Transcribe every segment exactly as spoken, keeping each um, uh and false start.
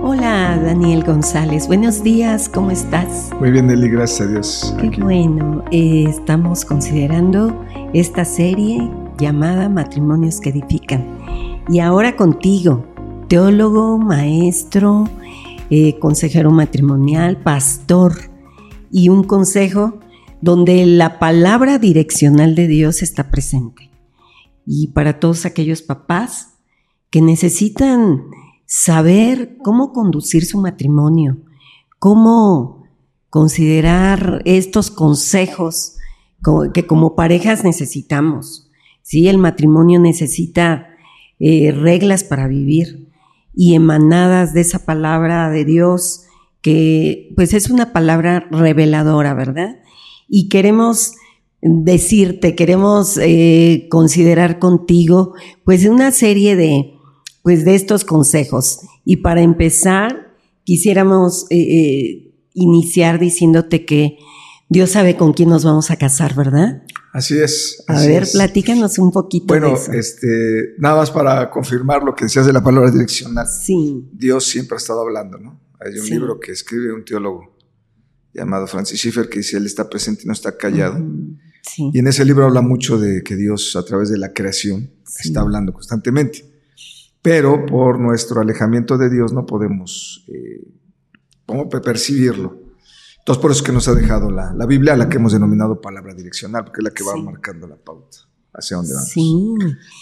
Hola, Daniel González. Buenos días, ¿cómo estás? Muy bien, Eli, gracias a Dios. Qué Aquí. bueno. Eh, estamos considerando esta serie llamada Matrimonios que Edifican. Y ahora contigo, teólogo, maestro, eh, consejero matrimonial, pastor, y un consejo donde la palabra direccional de Dios está presente. Y para todos aquellos papás que necesitan saber cómo conducir su matrimonio, cómo considerar estos consejos que como parejas necesitamos. ¿Sí? El matrimonio necesita eh, reglas para vivir y emanadas de esa palabra de Dios que pues es una palabra reveladora, ¿verdad? Y queremos decirte, queremos eh, considerar contigo pues una serie de pues de estos consejos. Y para empezar, quisiéramos eh, eh, iniciar diciéndote que Dios sabe con quién nos vamos a casar, ¿verdad? Así es. Así a ver, es. platícanos un poquito bueno, de eso. Bueno, este, nada más para confirmar lo que decías de la palabra direccional. Sí. Dios siempre ha estado hablando, ¿no? Hay un sí. libro que escribe un teólogo llamado Francis Schaeffer que dice, Él está presente y no está callado. Uh-huh. Sí. Y en ese libro habla mucho de que Dios, a través de la creación, sí. está hablando constantemente. Pero por nuestro alejamiento de Dios no podemos eh, ¿cómo percibirlo? Entonces por eso es que nos ha dejado la, la Biblia, la que hemos denominado palabra direccional, porque es la que va sí. marcando la pauta hacia dónde vamos. Sí,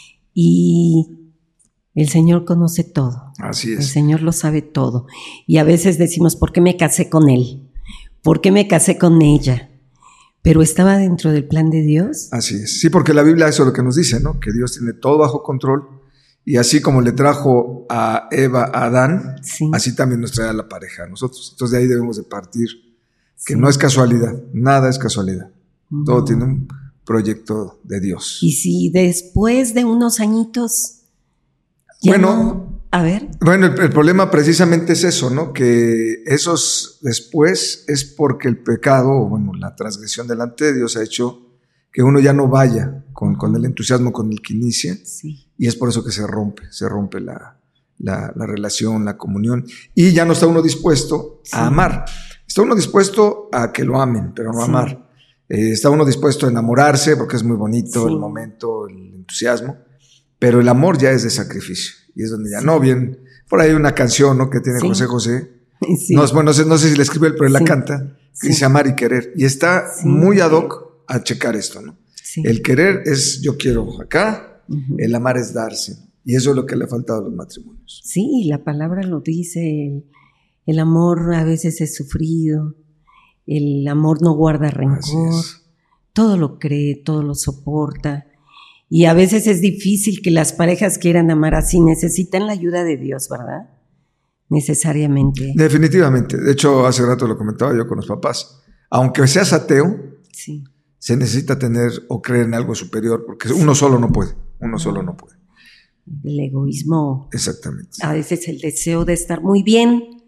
y el Señor conoce todo. Así es. El Señor lo sabe todo. Y a veces decimos, ¿por qué me casé con Él? ¿Por qué me casé con ella? Pero estaba dentro del plan de Dios. Así es. Sí, porque la Biblia eso es lo que nos dice, ¿no? Que Dios tiene todo bajo control. Y así como le trajo a Eva a Adán, sí. así también nos trae a la pareja a nosotros. Entonces de ahí debemos de partir, que sí. no es casualidad, nada es casualidad. No. Todo tiene un proyecto de Dios. Y si después de unos añitos, ya bueno, no, a ver. Bueno, el, el problema precisamente es eso, ¿no? Que esos después es porque el pecado, o bueno, la transgresión delante de Dios ha hecho que uno ya no vaya con, con el entusiasmo con el que inicia, sí. y es por eso que se rompe, se rompe la, la, la relación, la comunión, y ya no está uno dispuesto sí. a amar. Está uno dispuesto a que lo amen, pero no sí. amar. Eh, está uno dispuesto a enamorarse porque es muy bonito sí. el momento, el entusiasmo, pero el amor ya es de sacrificio, y es donde ya sí. no, bien, por ahí hay una canción, ¿no? que tiene sí. José José, sí. no, bueno, no sé, no sé si la escribe él, pero él sí. la canta, que sí. dice amar y querer, y está sí. muy ad hoc a checar esto, ¿no? Sí. El querer es yo quiero acá, uh-huh. el amar es darse, y eso es lo que le ha faltado a los matrimonios. Sí, la palabra lo dice, el, el amor a veces es sufrido, el amor no guarda rencor, todo lo cree, todo lo soporta, y a veces es difícil que las parejas quieran amar así, necesitan la ayuda de Dios, ¿verdad? Necesariamente. Definitivamente, de hecho hace rato lo comentaba yo con los papás, aunque seas ateo, sí. se necesita tener o creer en algo superior, porque uno solo no puede, uno no. solo no puede. El egoísmo. Exactamente. A veces el deseo de estar muy bien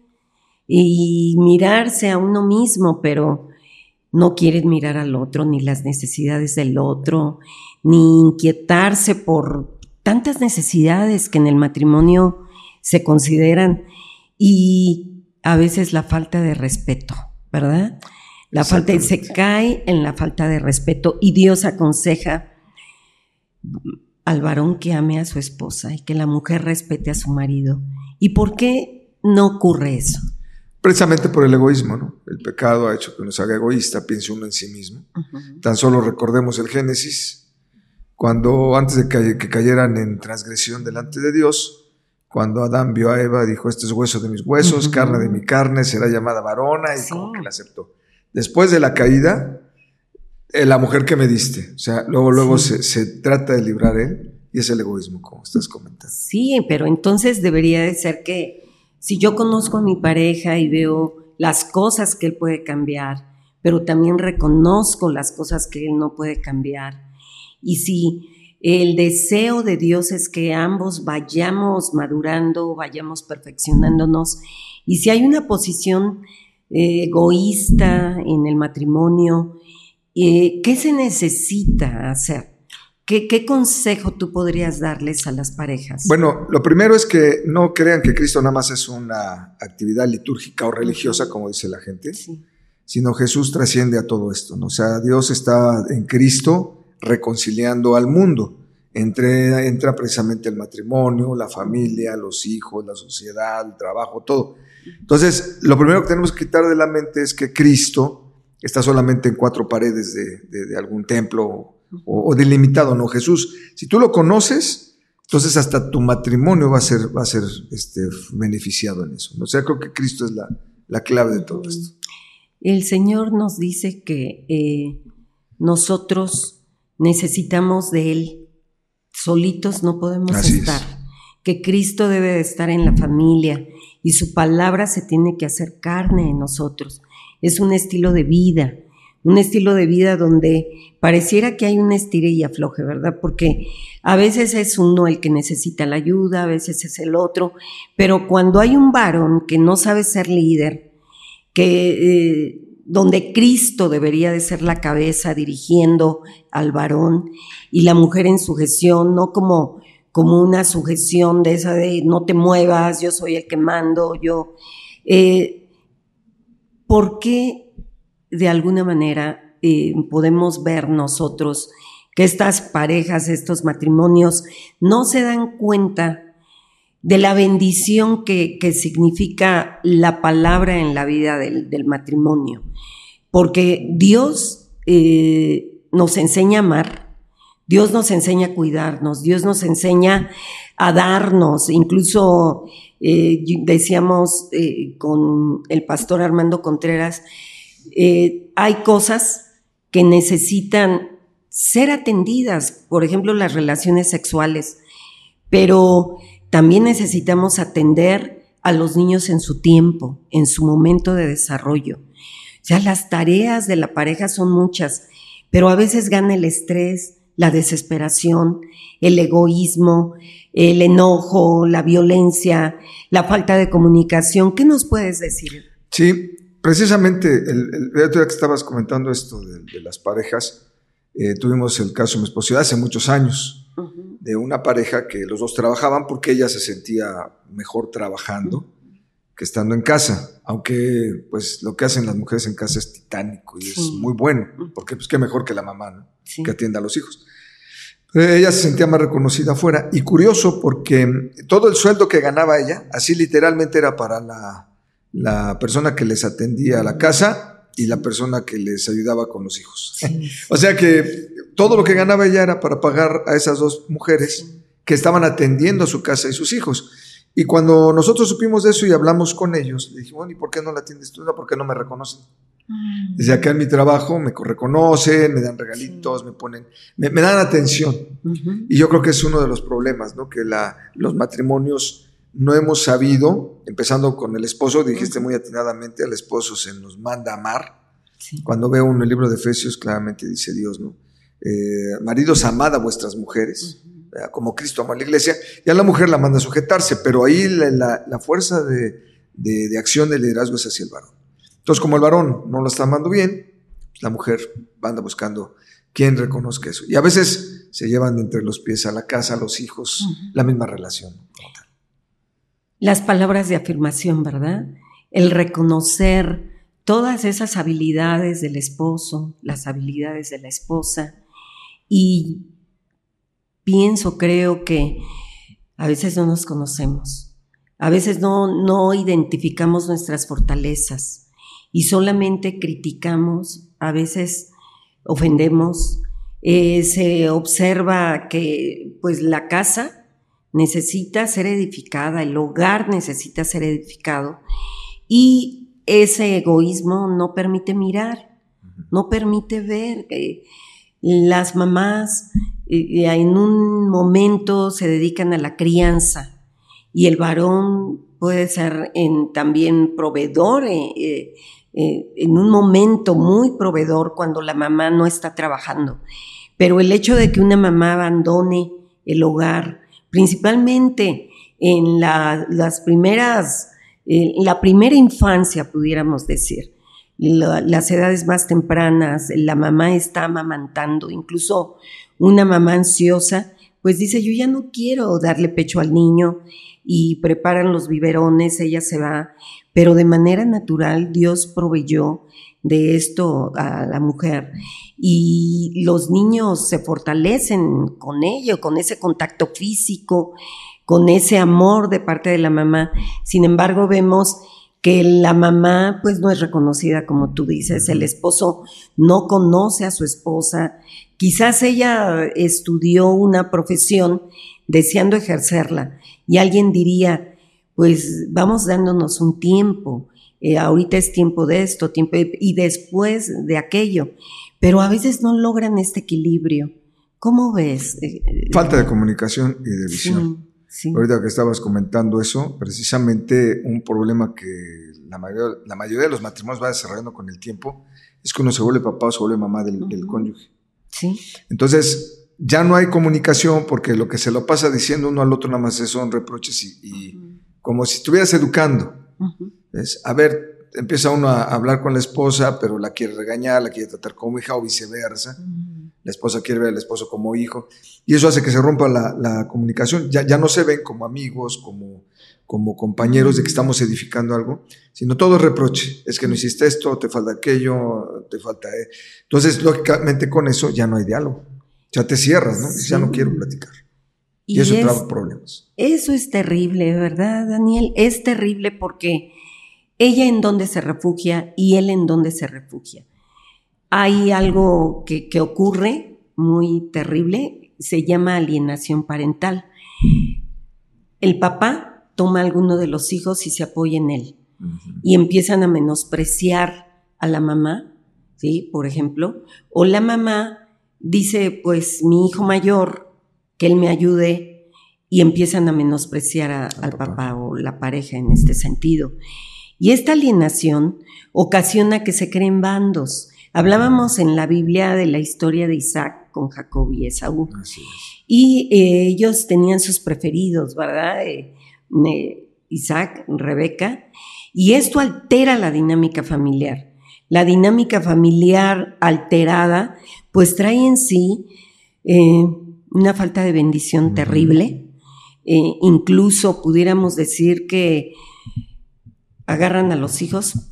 y mirarse a uno mismo, pero no quieren mirar al otro, ni las necesidades del otro, ni inquietarse por tantas necesidades que en el matrimonio se consideran, y a veces la falta de respeto, ¿verdad? La falta, se cae en la falta de respeto, y Dios aconseja al varón que ame a su esposa y que la mujer respete a su marido. ¿Y por qué no ocurre eso? Precisamente por el egoísmo, ¿no? El pecado ha hecho que nos haga egoísta, piense uno en sí mismo. Uh-huh. Tan solo recordemos el Génesis, cuando antes de que, que cayeran en transgresión delante de Dios, cuando Adán vio a Eva, dijo, este es hueso de mis huesos, uh-huh. carne de mi carne, será llamada varona, y sí. como que la aceptó. Después de la caída, eh, la mujer que me diste, o sea, luego, luego sí. se, se trata de librar él, y es el egoísmo, como estás comentando. Sí, pero entonces debería de ser que si yo conozco a mi pareja y veo las cosas que él puede cambiar, pero también reconozco las cosas que él no puede cambiar, y si el deseo de Dios es que ambos vayamos madurando, vayamos perfeccionándonos, y si hay una posición eh, egoísta en el matrimonio, eh, ¿qué se necesita hacer? ¿Qué, ¿Qué consejo tú podrías darles a las parejas? Bueno, lo primero es que no crean que Cristo nada más es una actividad litúrgica o religiosa, como dice la gente, sí. sino Jesús trasciende a todo esto, ¿no? O sea, Dios está en Cristo reconciliando al mundo. Entre, entra precisamente el matrimonio, la familia, los hijos, la sociedad, el trabajo, todo. Entonces, lo primero que tenemos que quitar de la mente es que Cristo está solamente en cuatro paredes de, de, de algún templo o, o delimitado, ¿no? Jesús, si tú lo conoces, entonces hasta tu matrimonio va a ser, va a ser este, beneficiado en eso, ¿no? O sea, creo que Cristo es la, la clave de todo esto. El Señor nos dice que eh, nosotros necesitamos de Él. Solitos no podemos Así estar, es. Que Cristo debe de estar en la familia y su palabra se tiene que hacer carne en nosotros. Es un estilo de vida, un estilo de vida donde pareciera que hay un estire y afloje, ¿verdad? Porque a veces es uno el que necesita la ayuda, a veces es el otro, pero cuando hay un varón que no sabe ser líder, que... Eh, donde Cristo debería de ser la cabeza dirigiendo al varón y la mujer en sujeción, no como, como una sujeción de esa de no te muevas, yo soy el que mando, yo... Eh, ¿Por qué de alguna manera eh, podemos ver nosotros que estas parejas, estos matrimonios no se dan cuenta de la bendición que, que significa la palabra en la vida del, del matrimonio? Porque Dios eh, nos enseña a amar, Dios nos enseña a cuidarnos, Dios nos enseña a darnos. Incluso eh, decíamos eh, con el pastor Armando Contreras, eh, hay cosas que necesitan ser atendidas, por ejemplo las relaciones sexuales, pero también necesitamos atender a los niños en su tiempo, en su momento de desarrollo. O sea, las tareas de la pareja son muchas, pero a veces gana el estrés, la desesperación, el egoísmo, el enojo, la violencia, la falta de comunicación. ¿Qué nos puedes decir? Sí, precisamente el, el, el otro día que estabas comentando esto de, de las parejas, eh, tuvimos el caso de mi esposa hace muchos años, uh-huh. de una pareja que los dos trabajaban porque ella se sentía mejor trabajando uh-huh. que estando en casa, aunque pues lo que hacen las mujeres en casa es titánico y sí. es muy bueno, porque pues qué mejor que la mamá, ¿no? Sí. que atienda a los hijos. Pero ella se sentía más reconocida afuera, y curioso porque todo el sueldo que ganaba ella, así literalmente era para la, la persona que les atendía a la casa y la persona que les ayudaba con los hijos. Sí. O sea que todo lo que ganaba ella era para pagar a esas dos mujeres sí. que estaban atendiendo a su casa y sus hijos. Y cuando nosotros supimos de eso y hablamos con ellos, le dijimos, bueno, ¿y por qué no la atiendes tú? No, ¿por qué no me reconocen? Mm. Desde acá en mi trabajo me reconocen, me dan regalitos, sí. me ponen, me, me dan atención. Uh-huh. Y yo creo que es uno de los problemas, ¿no? Que la, los matrimonios no hemos sabido, empezando con el esposo, dijiste uh-huh. muy atinadamente, al esposo se nos manda a amar. Sí. Cuando veo uno el libro de Efesios, claramente dice Dios, ¿no? Eh, maridos, amad a vuestras mujeres. Uh-huh. Como Cristo amó a la iglesia, y a la mujer la manda a sujetarse, pero ahí la, la, la fuerza de, de, de acción del liderazgo es hacia el varón. Entonces, como el varón no lo está amando bien, la mujer anda buscando quien reconozca eso. Y a veces se llevan entre los pies a la casa, a los hijos, uh-huh. la misma relación. Las palabras de afirmación, ¿verdad? El reconocer todas esas habilidades del esposo, las habilidades de la esposa, y pienso, creo que a veces no nos conocemos, a veces no, no identificamos nuestras fortalezas y solamente criticamos, a veces ofendemos, eh, se observa que pues la casa necesita ser edificada, el hogar necesita ser edificado, y ese egoísmo no permite mirar, no permite ver. Eh, las mamás eh, en un momento se dedican a la crianza y el varón puede ser en, también proveedor, eh, eh, eh, en un momento muy proveedor cuando la mamá no está trabajando. Pero el hecho de que una mamá abandone el hogar, principalmente en la, las primeras, eh, la primera infancia, pudiéramos decir, la, las edades más tempranas, la mamá está amamantando, incluso una mamá ansiosa, pues dice, yo ya no quiero darle pecho al niño, y preparan los biberones, ella se va, pero de manera natural Dios proveyó de esto a la mujer y los niños se fortalecen con ello, con ese contacto físico, con ese amor de parte de la mamá. Sin embargo, vemos que la mamá pues no es reconocida, como tú dices, el esposo no conoce a su esposa, quizás ella estudió una profesión deseando ejercerla y alguien diría, pues vamos dándonos un tiempo, eh, ahorita es tiempo de esto, tiempo de, y después de aquello, pero a veces no logran este equilibrio. ¿Cómo ves? Falta de comunicación y de visión. Sí, sí. Ahorita que estabas comentando eso, precisamente un problema que la mayoría, la mayoría de los matrimonios va desarrollando con el tiempo es que uno se vuelve papá o se vuelve mamá del, uh-huh. del cónyuge. Sí. Entonces, ya no hay comunicación porque lo que se lo pasa diciendo uno al otro nada más son reproches y, y uh-huh. como si estuvieras educando. Uh-huh. ¿Ves? A ver, empieza uno a hablar con la esposa, pero la quiere regañar, la quiere tratar como hija o viceversa. Uh-huh. La esposa quiere ver al esposo como hijo y eso hace que se rompa la, la comunicación. Ya, ya no se ven como amigos, como, como compañeros de que estamos edificando algo, sino todo es reproche. Es que no hiciste esto, te falta aquello, te falta... Eh. Entonces, lógicamente con eso ya no hay diálogo. Ya te cierras, ¿no? Sí. Ya no quiero platicar. Y, y eso es, trae problemas. Eso es terrible, ¿verdad, Daniel? Es terrible porque ella en donde se refugia y él en donde se refugia. Hay algo que, que ocurre muy terrible, se llama alienación parental. El papá toma a alguno de los hijos y se apoya en él. Uh-huh. Y empiezan a menospreciar a la mamá, ¿sí? Por ejemplo. O la mamá dice, pues mi hijo mayor, que él me ayude, y empiezan a menospreciar a, al papá. papá o la pareja en este sentido. Y esta alienación ocasiona que se creen bandos. Hablábamos en la Biblia de la historia de Isaac con Jacob y Esaú. Así es. Y eh, ellos tenían sus preferidos, ¿verdad? Eh, eh, Isaac, Rebeca. Y esto altera la dinámica familiar. La dinámica familiar alterada, pues trae en sí eh, una falta de bendición uh-huh. terrible. Eh, incluso pudiéramos decir que agarran a los hijos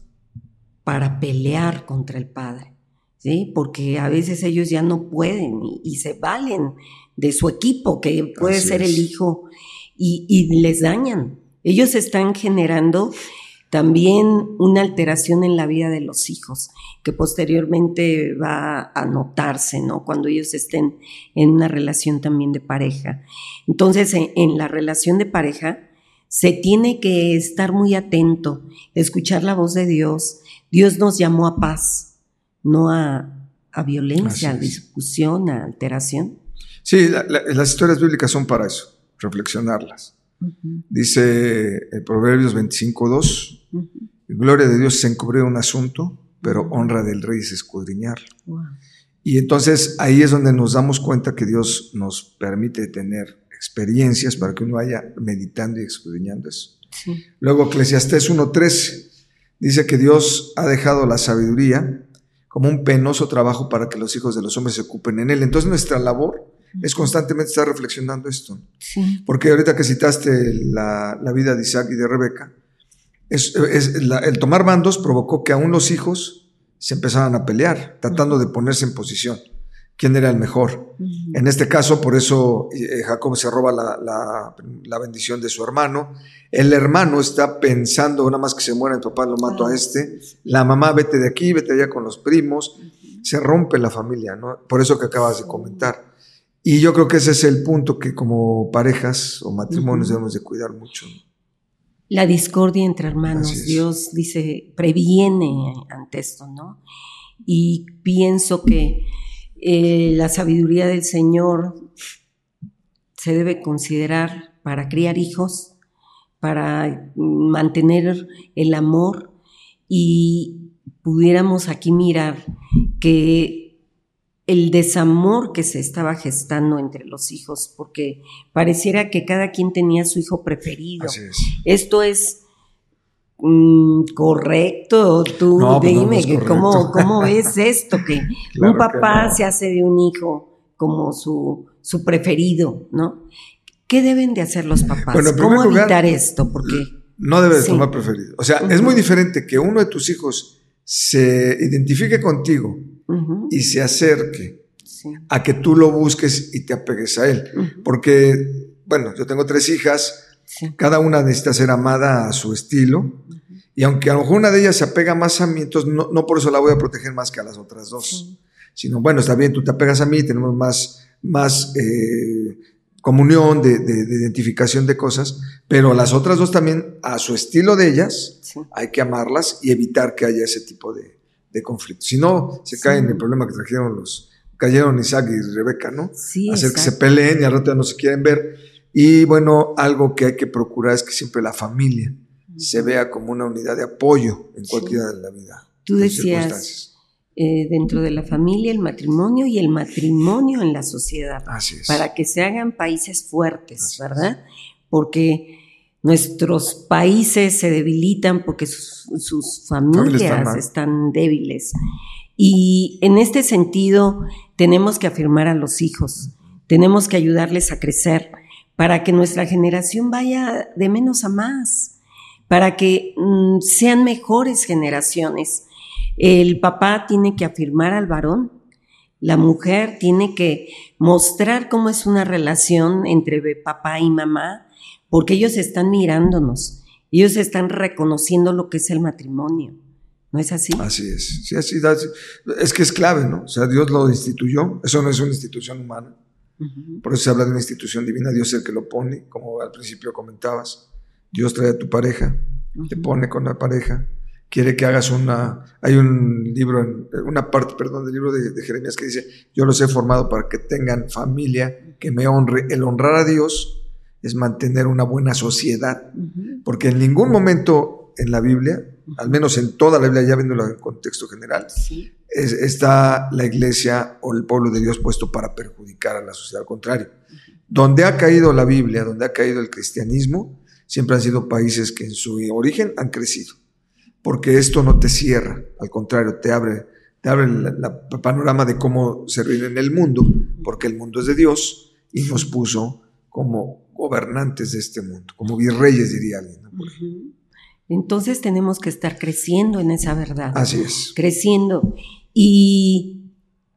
para pelear contra el padre, ¿sí? Porque a veces ellos ya no pueden y, y se valen de su equipo, que puede Así ser es. el hijo, y, y les dañan. Ellos están generando también una alteración en la vida de los hijos, que posteriormente va a notarse, ¿no? Cuando ellos estén en una relación también de pareja. Entonces, en, en la relación de pareja se tiene que estar muy atento, escuchar la voz de Dios. Dios nos llamó a paz, no a, a violencia, a discusión, a alteración. Sí, la, la, las historias bíblicas son para eso, reflexionarlas. Uh-huh. Dice el Proverbios veinticinco dos, uh-huh. gloria de Dios es encubrir un asunto, pero honra del rey es escudriñarlo. Wow. Y entonces ahí es donde nos damos cuenta que Dios nos permite tener experiencias para que uno vaya meditando y escudriñando eso. Sí. Luego Eclesiastés uno trece dice que Dios ha dejado la sabiduría como un penoso trabajo para que los hijos de los hombres se ocupen en él. Entonces nuestra labor es constantemente estar reflexionando esto. Sí. Porque ahorita que citaste la, la vida de Isaac y de Rebeca, es, es, la, el tomar bandos provocó que aún los hijos se empezaran a pelear, tratando de ponerse en posición. ¿Quién era el mejor? Uh-huh. En este caso, por eso eh, Jacob se roba la, la, la bendición de su hermano. El hermano está pensando, nada más que se muera el papá, lo mato a este. La mamá, vete de aquí, vete allá con los primos. Uh-huh. Se rompe la familia, ¿no? Por eso que acabas de comentar. Y yo creo que ese es el punto que como parejas o matrimonios uh-huh. debemos de cuidar mucho, ¿no? La discordia entre hermanos. Dios dice, previene ante esto, ¿no? Y pienso que Eh, la sabiduría del Señor se debe considerar para criar hijos, para mantener el amor, y pudiéramos aquí mirar que el desamor que se estaba gestando entre los hijos, porque pareciera que cada quien tenía su hijo preferido. Así es. Esto es Mm, correcto, tú no, dime, pues no, no ¿cómo, ¿cómo ves esto? Que claro un papá que no. se hace de un hijo como su, su preferido, ¿no? ¿Qué deben de hacer los papás? Bueno, ¿Cómo lugar, evitar esto? Porque no debe de sí. tomar preferido. O sea, uh-huh. es muy diferente que uno de tus hijos se identifique contigo uh-huh. y se acerque sí. a que tú lo busques y te apegues a él. Uh-huh. Porque, bueno, yo tengo tres hijas, sí. cada una necesita ser amada a su estilo, uh-huh. y aunque a lo mejor una de ellas se apega más a mí, entonces no, no por eso la voy a proteger más que a las otras dos. Sí. Sino, bueno, está bien, tú te apegas a mí, tenemos más, más eh, comunión de, de, de identificación de cosas, pero las otras dos también, a su estilo de ellas, sí. hay que amarlas y evitar que haya ese tipo de, de conflictos. Si no, se sí. cae en el problema que trajeron los, cayeron Isaac y Rebeca, ¿no? Sí, hacer exacto. que se peleen y al rato ya no se quieren ver. Y bueno, algo que hay que procurar es que siempre la familia uh-huh. se vea como una unidad de apoyo en cualquiera sí. de la vida. Tú decías... Eh, dentro de la familia, el matrimonio y el matrimonio en la sociedad. Así es. Para que se hagan países fuertes, Así ¿verdad? Es. Porque nuestros países se debilitan porque sus, sus familias están, están débiles. Y en este sentido tenemos que afirmar a los hijos, tenemos que ayudarles a crecer para que nuestra generación vaya de menos a más, para que mm, sean mejores generaciones. El papá tiene que afirmar al varón, la mujer tiene que mostrar cómo es una relación entre papá y mamá, porque ellos están mirándonos, ellos están reconociendo lo que es el matrimonio. ¿No es así? Así es, sí, así es, es que es clave, ¿no? O sea, Dios lo instituyó, eso no es una institución humana, uh-huh. por eso se habla de una institución divina, Dios es el que lo pone, como al principio comentabas, Dios trae a tu pareja, uh-huh. te pone con la pareja, quiere que hagas una, hay un libro, una parte, perdón, del libro de, de Jeremías que dice, yo los he formado para que tengan familia, que me honre. El honrar a Dios es mantener una buena sociedad, uh-huh. porque en ningún momento en la Biblia, uh-huh. al menos en toda la Biblia, ya viéndolo en contexto general, sí. es, está la iglesia o el pueblo de Dios puesto para perjudicar a la sociedad, al contrario. Uh-huh. Donde ha caído la Biblia, donde ha caído el cristianismo, siempre han sido países que en su origen han crecido. Porque esto no te cierra, al contrario, te abre, te abre el panorama de cómo servir en el mundo, porque el mundo es de Dios y nos puso como gobernantes de este mundo, como virreyes, diría alguien, ¿no? Uh-huh. Entonces tenemos que estar creciendo en esa verdad. Así es. Creciendo. Y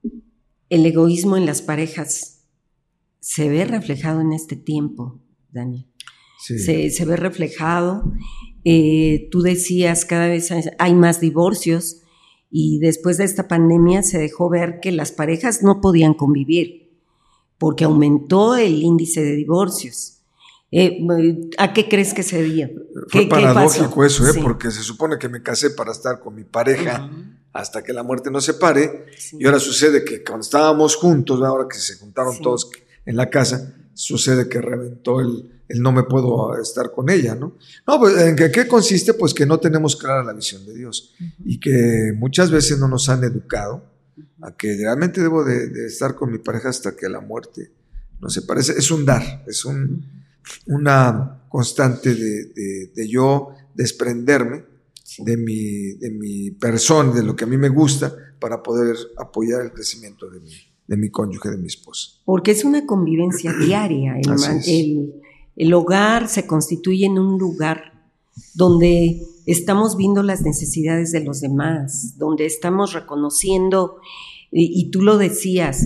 el egoísmo en las parejas se ve reflejado en este tiempo, Daniel. Sí. Se, se ve reflejado. Eh, tú decías, cada vez hay más divorcios y después de esta pandemia se dejó ver que las parejas no podían convivir porque aumentó el índice de divorcios. Eh, ¿A qué crees que se dio? Fue ¿Qué, paradójico qué eso, ¿eh? Sí. porque se supone que me casé para estar con mi pareja uh-huh. hasta que la muerte nos separe, sí. y ahora sucede que cuando estábamos juntos, ahora que se juntaron sí. todos en la casa, sucede que reventó el el no me puedo estar con ella, ¿no? No, pues, ¿en qué, qué consiste? Pues que no tenemos clara la visión de Dios uh-huh. y que muchas veces no nos han educado uh-huh. a que realmente debo de, de estar con mi pareja hasta que la muerte nos separe. Es un dar, es un, uh-huh. una constante de, de, de yo desprenderme sí. de, mi, de mi persona, de lo que a mí me gusta, para poder apoyar el crecimiento de mi, de mi cónyuge, de mi esposa. Porque es una convivencia diaria, el, man, el El hogar se constituye en un lugar donde estamos viendo las necesidades de los demás, donde estamos reconociendo, y, y tú lo decías,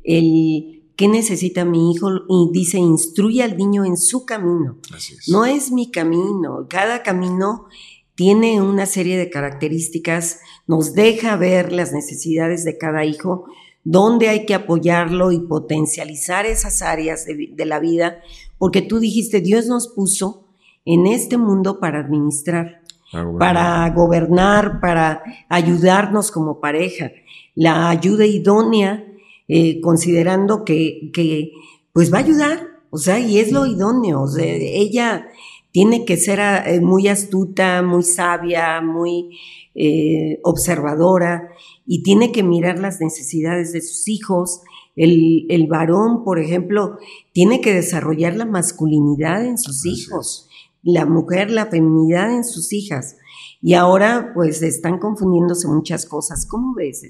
el qué necesita mi hijo, y dice, instruye al niño en su camino. Así es. No es mi camino, cada camino tiene una serie de características, nos deja ver las necesidades de cada hijo, dónde hay que apoyarlo y potencializar esas áreas de, de la vida, porque tú dijiste, Dios nos puso en este mundo para administrar, ah, bueno. para gobernar, para ayudarnos como pareja. La ayuda idónea, eh, considerando que, que pues va a ayudar, o sea, y es lo idóneo. O sea, ella tiene que ser eh, muy astuta, muy sabia, muy eh, observadora, y tiene que mirar las necesidades de sus hijos. El, el varón, por ejemplo, tiene que desarrollar la masculinidad en sus Así hijos, es. La mujer la feminidad en sus hijas. Y ahora, pues, están confundiéndose muchas cosas. ¿Cómo ves esto?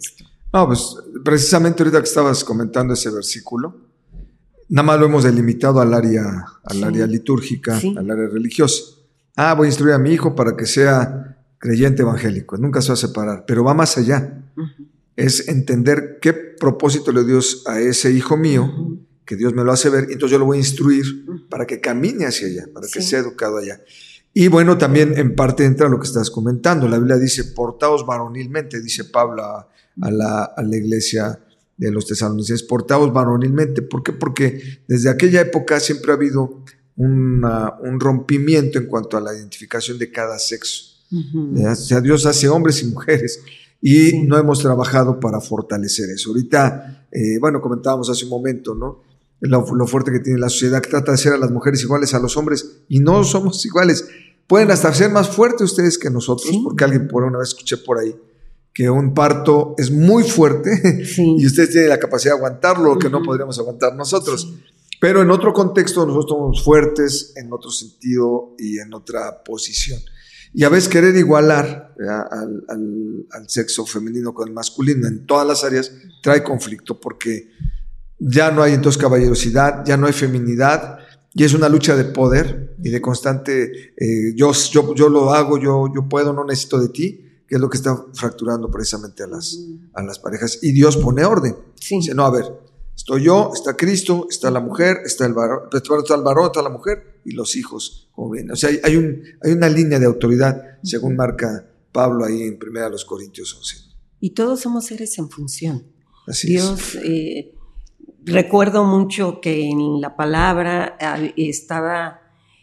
No, pues precisamente ahorita que estabas comentando ese versículo, nada más lo hemos delimitado al área, al sí. área litúrgica, sí. al área religiosa. Ah, voy a instruir a mi hijo para que sea creyente evangélico, nunca se va a separar, pero va más allá. Uh-huh. Es entender qué propósito le dio Dios a ese hijo mío, uh-huh. que Dios me lo hace ver, y entonces yo lo voy a instruir uh-huh. para que camine hacia allá, para que sí. sea educado allá. Y bueno, también en parte entra lo que estás comentando. La Biblia dice, portaos varonilmente, dice Pablo a, a, la, a la iglesia de los tesalonicenses, portaos varonilmente. ¿Por qué? Porque desde aquella época siempre ha habido una, un rompimiento en cuanto a la identificación de cada sexo. Uh-huh. O sea, Dios hace hombres y mujeres y sí. no hemos trabajado para fortalecer eso. Ahorita, eh, bueno, comentábamos hace un momento, ¿no? Lo, lo fuerte que tiene la sociedad, que trata de hacer a las mujeres iguales a los hombres, y no somos iguales. Pueden hasta ser más fuertes ustedes que nosotros, sí. porque alguien por una vez escuché por ahí que un parto es muy fuerte sí. y ustedes tienen la capacidad de aguantarlo, uh-huh. que no podríamos aguantar nosotros. Sí. Pero en otro contexto nosotros somos fuertes, en otro sentido y en otra posición. Y a veces querer igualar al, al, al sexo femenino con el masculino en todas las áreas trae conflicto, porque ya no hay entonces caballerosidad, ya no hay feminidad, y es una lucha de poder y de constante eh, yo, yo, yo lo hago, yo, yo puedo, no necesito de ti, que es lo que está fracturando precisamente a las, a las parejas. Y Dios pone orden. Sí. Dice, no, a ver, estoy yo, está Cristo, está la mujer, está el varón, está el varón, está la mujer y los hijos, como bien. O sea, hay, hay, un, hay una línea de autoridad, según marca Pablo ahí en primera de los Corintios once. Y todos somos seres en función. Así Dios... es. Eh, Recuerdo mucho que en la palabra estaba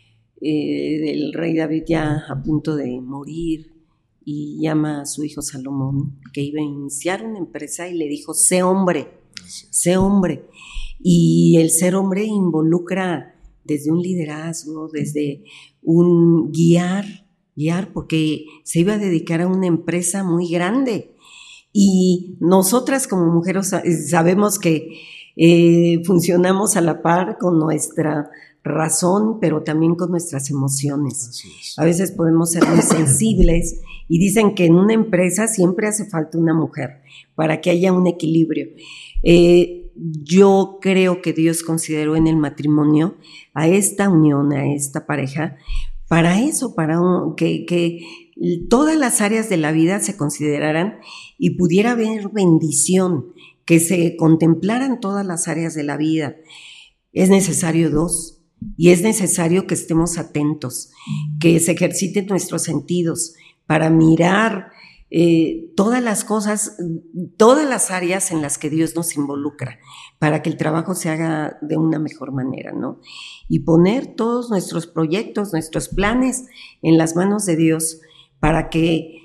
eh, el rey David ya a punto de morir y llama a su hijo Salomón, que iba a iniciar una empresa, y le dijo, sé hombre, sé hombre. Y el ser hombre involucra desde un liderazgo, desde un guiar, guiar, porque se iba a dedicar a una empresa muy grande. Y nosotras como mujeres sabemos que Eh, funcionamos a la par con nuestra razón, pero también con nuestras emociones. A veces podemos ser muy sensibles, y dicen que en una empresa siempre hace falta una mujer para que haya un equilibrio. Eh, yo creo que Dios consideró en el matrimonio a esta unión, a esta pareja, para eso, para un, que, que todas las áreas de la vida se consideraran y pudiera haber bendición, que se contemplaran todas las áreas de la vida. Es necesario dos, y es necesario que estemos atentos, que se ejerciten nuestros sentidos para mirar eh, todas las cosas, todas las áreas en las que Dios nos involucra, para que el trabajo se haga de una mejor manera, ¿no? Y poner todos nuestros proyectos, nuestros planes en las manos de Dios, para que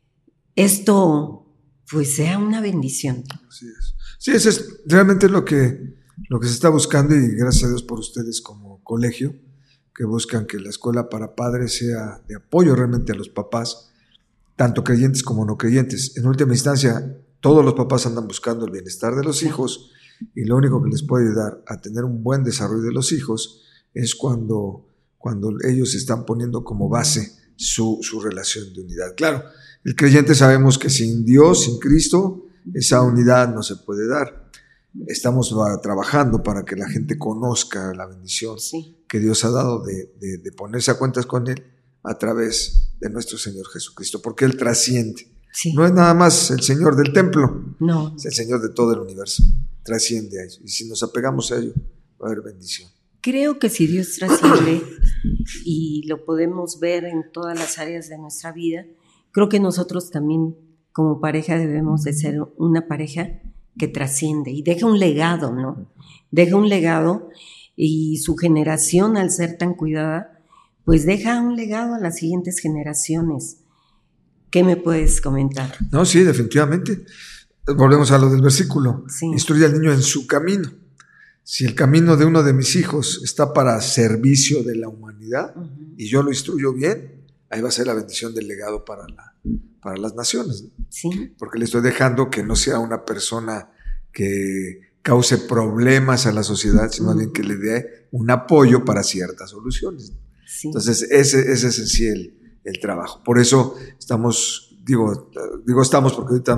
esto pues sea una bendición. Así es. Sí, eso es realmente lo que, lo que se está buscando, y gracias a Dios por ustedes como colegio, que buscan que la escuela para padres sea de apoyo realmente a los papás, tanto creyentes como no creyentes. En última instancia, todos los papás andan buscando el bienestar de los hijos, y lo único que les puede ayudar a tener un buen desarrollo de los hijos es cuando, cuando ellos están poniendo como base su, su relación de unidad. Claro, el creyente sabemos que sin Dios, sin Cristo, esa unidad no se puede dar. Estamos trabajando para que la gente conozca la bendición sí. que Dios ha dado de, de, de ponerse a cuentas con Él a través de nuestro Señor Jesucristo, porque Él trasciende. Sí. No es nada más el Señor del templo, no. es el Señor de todo el universo. Trasciende a ello, y si nos apegamos a ello, va a haber bendición. Creo que si Dios trasciende, y lo podemos ver en todas las áreas de nuestra vida, creo que nosotros también como pareja debemos de ser una pareja que trasciende y deja un legado, ¿no? Deja un legado, y su generación, al ser tan cuidada, pues deja un legado a las siguientes generaciones. ¿Qué me puedes comentar? No, sí, definitivamente. Volvemos a lo del versículo. Sí. Instruye al niño en su camino. Si el camino de uno de mis hijos está para servicio de la humanidad, uh-huh. y yo lo instruyo bien, ahí va a ser la bendición del legado para la para las naciones, ¿no? Sí. Porque le estoy dejando que no sea una persona que cause problemas a la sociedad, sino uh-huh. bien que le dé un apoyo para ciertas soluciones. Sí. Entonces, ese, ese es en sí el, el trabajo. Por eso estamos, digo, digo estamos porque ahorita me,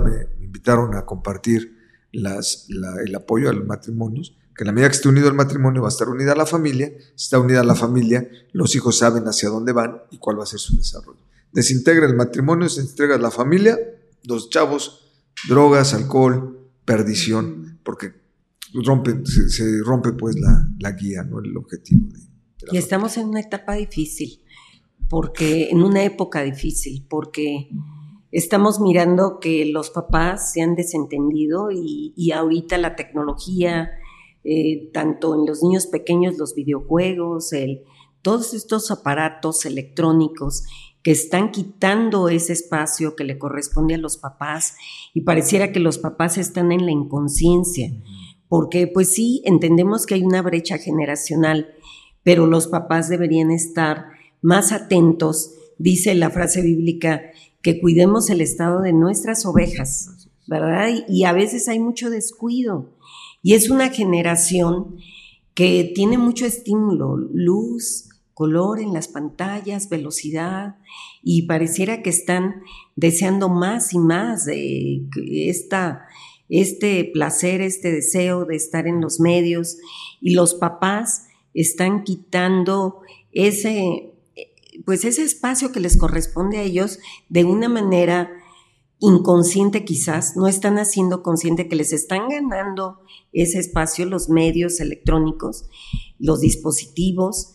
invitaron a compartir las, la, el apoyo a los matrimonios, que en la medida que esté unido el matrimonio va a estar unida la familia, si está unida la familia, los hijos saben hacia dónde van y cuál va a ser su desarrollo. Desintegra el matrimonio, se entrega la familia, los chavos, drogas, alcohol, perdición, porque rompe, se, se rompe pues la, la guía, ¿no? El objetivo. De, de y familia. Estamos en una etapa difícil, porque en una época difícil, porque estamos mirando que los papás se han desentendido y, y ahorita la tecnología, eh, tanto en los niños pequeños, los videojuegos, el, todos estos aparatos electrónicos que están quitando ese espacio que le corresponde a los papás, y pareciera que los papás están en la inconsciencia, porque pues sí, entendemos que hay una brecha generacional, pero los papás deberían estar más atentos. Dice la frase bíblica que cuidemos el estado de nuestras ovejas, ¿verdad? Y, y a veces hay mucho descuido, y es una generación que tiene mucho estímulo, luz, color en las pantallas, velocidad, y pareciera que están deseando más y más de esta, este placer, este deseo de estar en los medios, y los papás están quitando ese, pues ese espacio que les corresponde a ellos de una manera inconsciente quizás, no están haciendo consciente que les están ganando ese espacio los medios electrónicos, los dispositivos.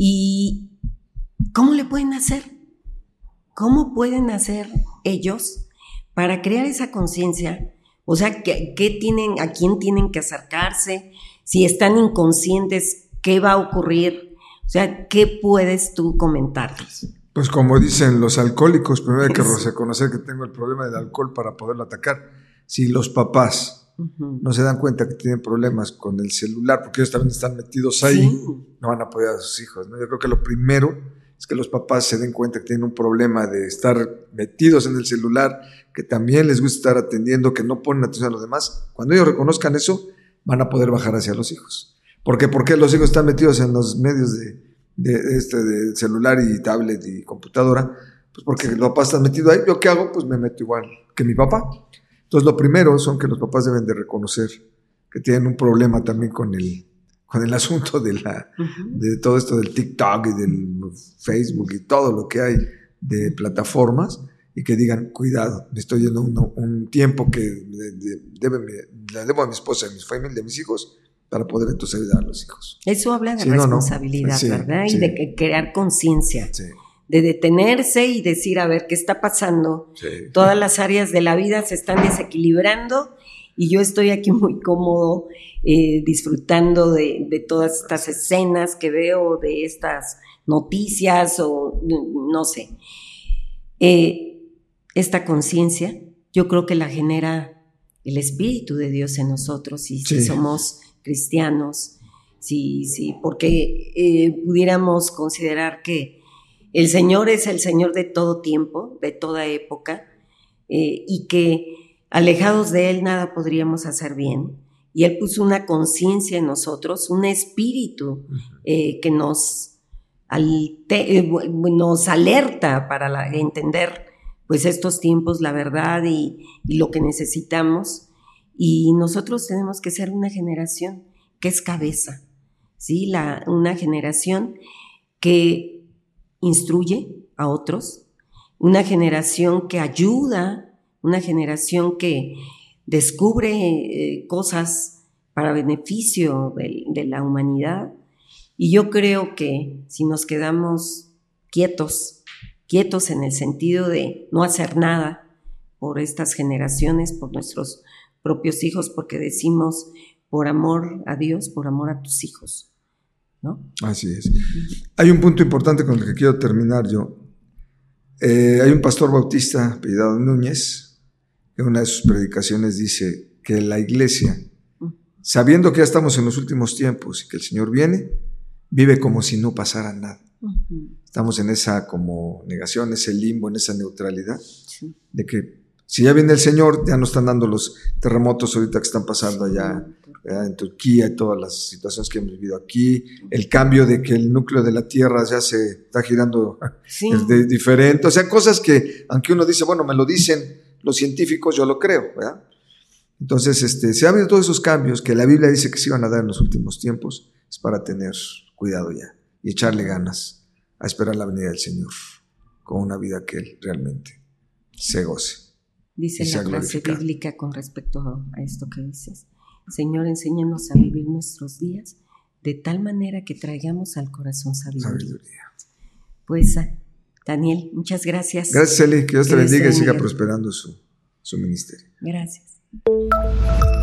¿Y cómo le pueden hacer? ¿Cómo pueden hacer ellos para crear esa conciencia? O sea, ¿qué, qué tienen, ¿a quién tienen que acercarse? Si están inconscientes, ¿qué va a ocurrir? O sea, ¿qué puedes tú comentarles? Pues como dicen los alcohólicos, primero hay que reconocer que tengo el problema del alcohol para poderlo atacar. Si los papás uh-huh. no se dan cuenta que tienen problemas con el celular, porque ellos también están metidos ahí, sí. no van a apoyar a sus hijos, ¿no? Yo creo que lo primero es que los papás se den cuenta que tienen un problema de estar metidos en el celular, que también les gusta estar atendiendo, que no ponen atención a los demás. Cuando ellos reconozcan eso, van a poder bajar hacia los hijos. ¿Por qué? Porque los hijos están metidos en los medios de, de, este, de celular y tablet y computadora, pues porque los papás están metidos ahí. ¿Yo qué hago? Pues me meto igual que mi papá. Entonces lo primero son que los papás deben de reconocer que tienen un problema también con el, con el asunto de, la, uh-huh. de todo esto del TikTok y del Facebook y todo lo que hay de plataformas, y que digan, cuidado, me estoy yendo un, un tiempo que de, de, debe, le debo a mi esposa, a mi familia, a mis hijos, para poder entonces ayudar a los hijos. Eso habla de sí, responsabilidad, no, no. Sí, ¿verdad? Sí. Y de crear conciencia. Sí. De detenerse y decir, a ver, ¿qué está pasando? Sí. Todas las áreas de la vida se están desequilibrando y yo estoy aquí muy cómodo, eh, disfrutando de, de todas estas escenas que veo, de estas noticias o no sé. Eh, esta conciencia yo creo que la genera el Espíritu de Dios en nosotros, y si sí. somos cristianos, sí, sí, porque eh, pudiéramos considerar que el Señor es el Señor de todo tiempo, de toda época, eh, y que alejados de Él nada podríamos hacer bien. Y Él puso una conciencia en nosotros, un espíritu eh, que nos, alte, eh, nos alerta para la, entender pues estos tiempos, la verdad y, y lo que necesitamos. Y nosotros tenemos que ser una generación que es cabeza, ¿sí? La, una generación que instruye a otros, una generación que ayuda, una generación que descubre eh, cosas para beneficio de, de la humanidad. Y yo creo que si nos quedamos quietos, quietos en el sentido de no hacer nada por estas generaciones, por nuestros propios hijos, porque decimos por amor a Dios, por amor a tus hijos, ¿no? Así es. Hay un punto importante con el que quiero terminar yo. Eh, hay un pastor bautista apellidado Núñez, que en una de sus predicaciones dice que la iglesia, sabiendo que ya estamos en los últimos tiempos y que el Señor viene, vive como si no pasara nada. Uh-huh. Estamos en esa como negación, ese limbo, en esa neutralidad, sí. de que si ya viene el Señor, ya no están dando los terremotos ahorita que están pasando allá, allá en Turquía y todas las situaciones que hemos vivido aquí, el cambio de que el núcleo de la Tierra ya se está girando sí. de diferente, o sea, cosas que, aunque uno dice, bueno, me lo dicen los científicos, yo lo creo, ¿verdad? Entonces, este, se han habido todos esos cambios que la Biblia dice que se iban a dar en los últimos tiempos, es para tener cuidado ya y echarle ganas a esperar la venida del Señor con una vida que Él realmente se goce. Dice la frase bíblica con respecto a esto que dices: Señor, enséñanos a vivir nuestros días de tal manera que traigamos al corazón sabiduría. sabiduría. Pues, Daniel, muchas gracias. Gracias, Eli, que Dios te bendiga y siga prosperando su, su ministerio. Gracias.